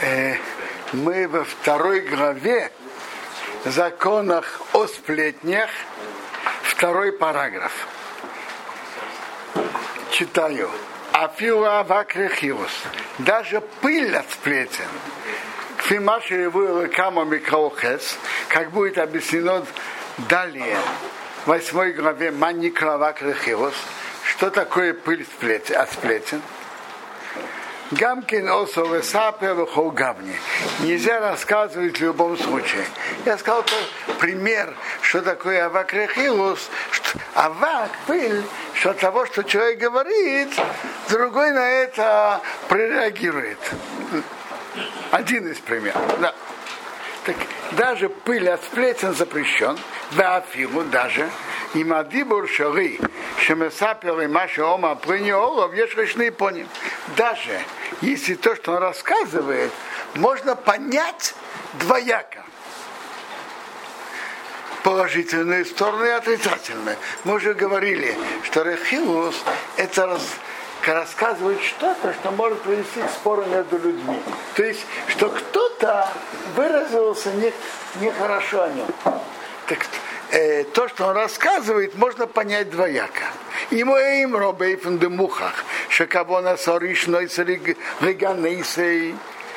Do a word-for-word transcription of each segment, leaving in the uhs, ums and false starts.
Э, мы во второй главе законах о сплетнях, второй параграф. Читаю. Афила вакрехиус. Даже пыль от сплетен. Кфимаши вылы кама микроухес, как будет объяснено далее, в восьмой главе Маникла вакрехиус, что такое пыль от сплетен. Гамкин осовы сапе выхол гавни. Нельзя рассказывать в любом случае. Я сказал пример, что такое авакрехилус. Авак, пыль, что от того, что человек говорит, другой на это прореагирует. Один из примеров. Да. Так, даже пыль от сплетен запрещен. Да, афилу даже. И мадибур шары, шемесапел и маша ома плынеолов, ешрешные поним. Даже если то, что он рассказывает, можно понять двояко. Положительные стороны и отрицательные. Мы уже говорили, что рехилус это раз, рассказывает что-то, что может привести к спору между людьми. То есть, что кто-то выразился не, нехорошо о нем. Так, э, то, что он рассказывает, можно понять двояко. И моим робейфен де мухах, шакавона соришной цариганейсей.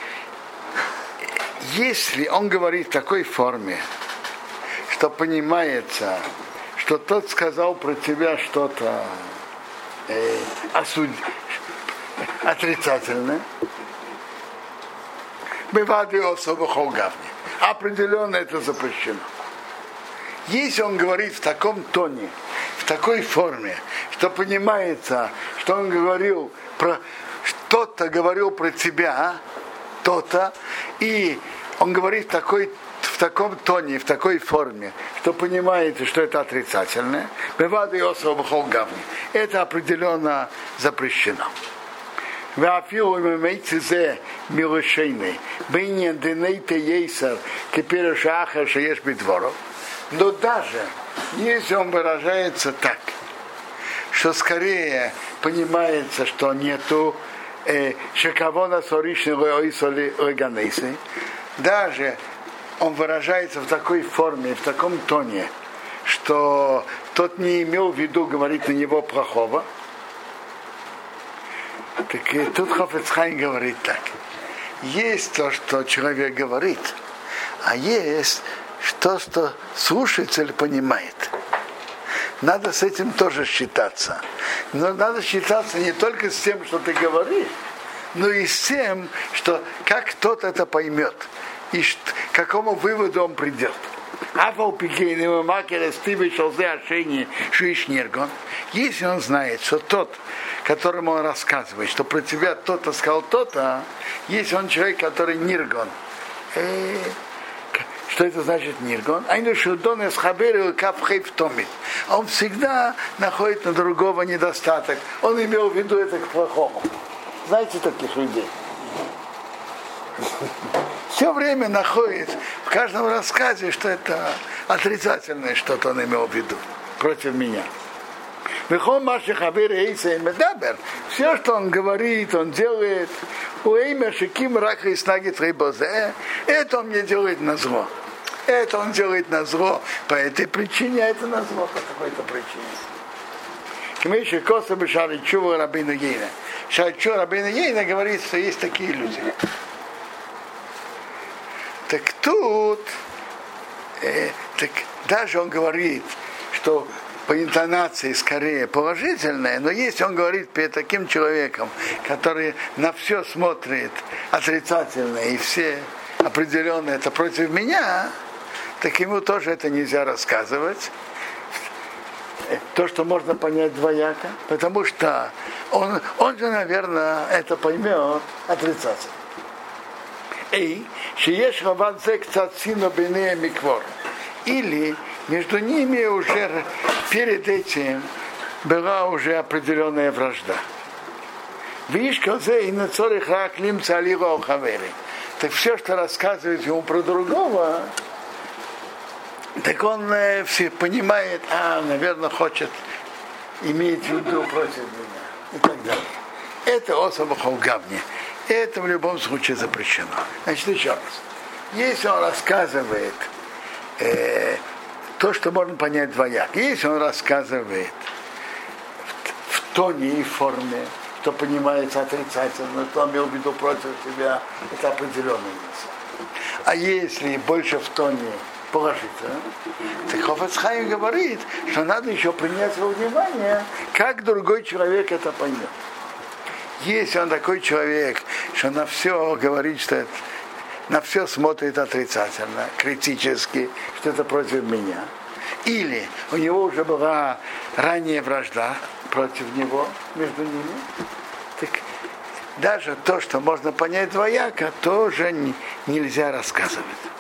Если он говорит в такой форме, что понимается, что тот сказал про тебя что-то э, осуд... отрицательное, бывает и особо холгавни. Определенно это запрещено. Если он говорит в таком тоне, в такой форме, что понимается, что он говорил про что-то говорил про тебя, то-то, и он говорит в, такой, в таком тоне, в такой форме, что понимаете, что это отрицательное, бывает и особо холгавни. Это определенно запрещено. ואפילו אם אמיתי זה מלשני, בעניין דיני תייסר כפירוש האחר שיש בדברו. Но даже если он выражается так, что скорее понимается, что нету шекавона соришного ойсоли оганейсы, даже он выражается в такой форме, в таком тоне, что тот не имел в виду говорить на него плохого, так и тут Хафец Хаим говорит так. Есть то, что человек говорит, а есть то, что слушается или понимает. Надо с этим тоже считаться. Но надо считаться не только с тем, что ты говоришь, но и с тем, что как кто-то это поймет, и к какому выводу он придет. Если он знает, что тот, которому он рассказывает, что про тебя кто-то сказал то-то, если он человек, который ниргон, э, что это значит ниргон? Он всегда находит на другого недостаток. Он имел в виду это к плохому. Знаете таких людей? Все время находит в каждом рассказе, что это отрицательное что-то он имел в виду против меня. Все, что он говорит, он делает, это он мне делает на зло. Это он делает на зло по этой причине, а это на зло по какой-то причине. Кмейши коса бы шаричува рабейну Йейна. Шаричува рабейну Йейна говорит, что есть такие люди. Так тут, э, так даже он говорит, что по интонации скорее положительное, но если он говорит перед таким человеком, который на все смотрит отрицательно и все определенно это против меня, так ему тоже это нельзя рассказывать. То, что можно понять двояко, потому что он, он же, наверное, это поймет отрицательно. Эй, шиеш рабанцек цацина бенея миквор. Или между ними уже перед этим была уже определенная вражда. Видишь, и на цорих раклим цалива ухавери. Так все, что рассказывает ему про другого, так он э, все понимает, а, наверное, хочет иметь в виду против меня и так далее. Это особо холгавни. это в любом случае запрещено. Значит, еще раз. Если он рассказывает э, то, что можно понять двояко, если он рассказывает в, в тоне и форме, что понимается отрицательно, то он имел в виду против тебя, это определенный смысл. А если больше в тоне положительно, то Хофец Хаим говорит, что надо еще принять во внимание, как другой человек это поймет. Если он такой человек, что на все говорит, что это, на все смотрит отрицательно, критически, что это против меня, или у него уже была ранее вражда против него, между ними, так даже то, что можно понять двояко, тоже не, нельзя рассказывать.